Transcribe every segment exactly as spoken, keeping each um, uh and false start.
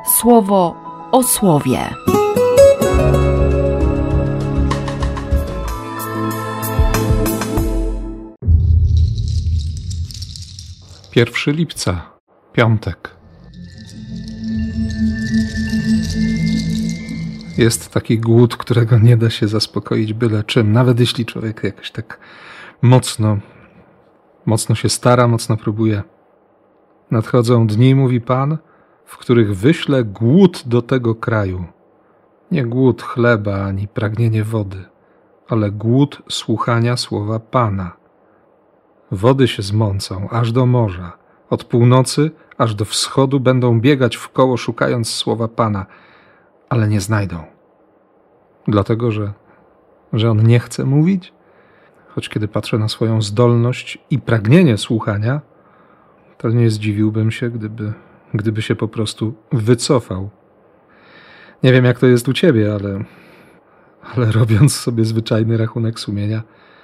Słowo o słowie. Pierwszego lipca, piątek. Jest taki głód, którego nie da się zaspokoić byle czym, nawet jeśli człowiek jakoś tak mocno, mocno się stara, mocno próbuje. Nadchodzą dni, mówi Pan, w których wyślę głód do tego kraju. Nie głód chleba ani pragnienie wody, ale głód słuchania słowa Pana. Wody się zmącą aż do morza, od północy aż do wschodu będą biegać w koło, szukając słowa Pana, ale nie znajdą. Dlatego, że, że On nie chce mówić? Choć kiedy patrzę na swoją zdolność i pragnienie słuchania, to nie zdziwiłbym się, gdyby, gdyby się po prostu wycofał. Nie wiem, jak to jest u ciebie, ale, ale robiąc sobie zwyczajny rachunek sumienia,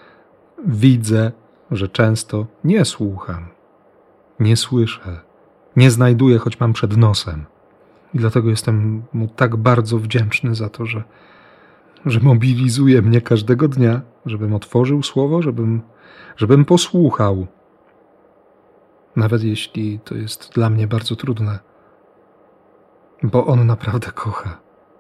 widzę, że często nie słucham, nie słyszę, nie znajduję, choć mam przed nosem. I dlatego jestem Mu tak bardzo wdzięczny za to, że, że mobilizuje mnie każdego dnia, żebym otworzył słowo, żebym, żebym posłuchał. Nawet jeśli to jest dla mnie bardzo trudne, bo On naprawdę kocha.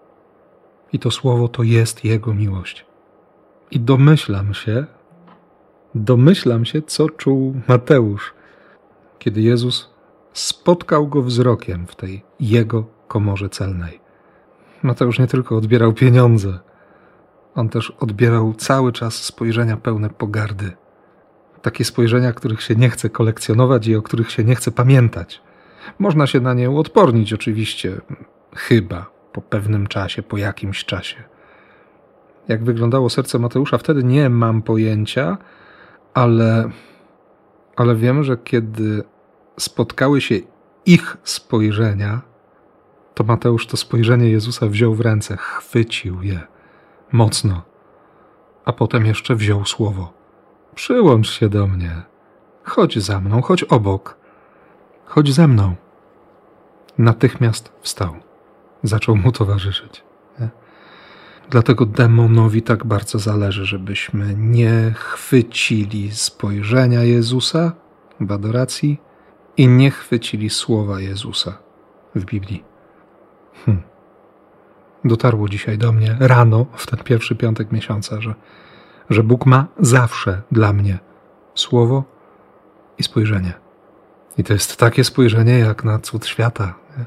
I to słowo to jest Jego miłość. I domyślam się, domyślam się, co czuł Mateusz, kiedy Jezus spotkał go wzrokiem w tej Jego komorze celnej. Mateusz nie tylko odbierał pieniądze, on też odbierał cały czas spojrzenia pełne pogardy. Takie spojrzenia, których się nie chce kolekcjonować i o których się nie chce pamiętać. Można się na nie uodpornić oczywiście, chyba po pewnym czasie, po jakimś czasie. Jak wyglądało serce Mateusza wtedy, nie mam pojęcia, ale, ale wiem, że kiedy spotkały się ich spojrzenia, to Mateusz to spojrzenie Jezusa wziął w ręce, chwycił je mocno, a potem jeszcze wziął słowo. Przyłącz się do mnie, chodź za mną, chodź obok, chodź ze mną. Natychmiast wstał, zaczął mu towarzyszyć. Nie? Dlatego demonowi tak bardzo zależy, żebyśmy nie chwycili spojrzenia Jezusa w adoracji i nie chwycili słowa Jezusa w Biblii. Hm. Dotarło dzisiaj do mnie rano, w ten pierwszy piątek miesiąca, że, że Bóg ma zawsze dla mnie słowo i spojrzenie. I to jest takie spojrzenie jak na cud świata. Nie?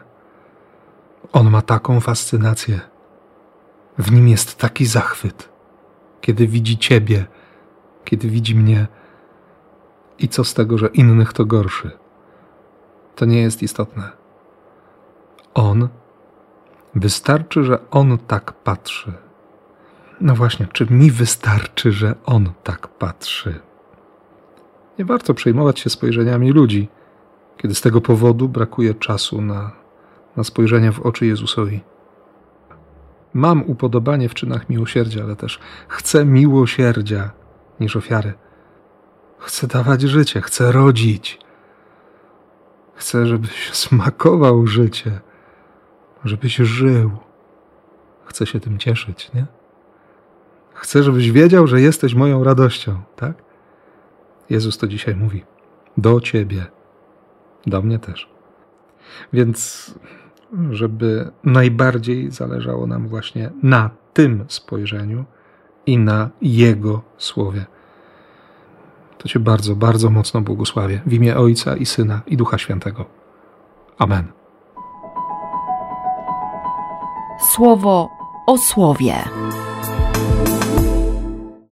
On ma taką fascynację. W nim jest taki zachwyt, kiedy widzi Ciebie, kiedy widzi mnie. I co z tego, że innych to gorszy? To nie jest istotne. On, wystarczy, że On tak patrzy. No właśnie, czy mi wystarczy, że On tak patrzy? Nie warto przejmować się spojrzeniami ludzi, kiedy z tego powodu brakuje czasu na, na spojrzenie w oczy Jezusowi. Mam upodobanie w czynach miłosierdzia, ale też chcę miłosierdzia niż ofiary. Chcę dawać życie, chcę rodzić. Chcę, żebyś smakował życie, żebyś żył. Chcę się tym cieszyć, nie? Chcę, żebyś wiedział, że jesteś moją radością, tak? Jezus to dzisiaj mówi. Do Ciebie. Do mnie też. Więc żeby najbardziej zależało nam właśnie na tym spojrzeniu i na Jego słowie. To Cię bardzo, bardzo mocno błogosławię. W imię Ojca i Syna i Ducha Świętego. Amen. Słowo o słowie.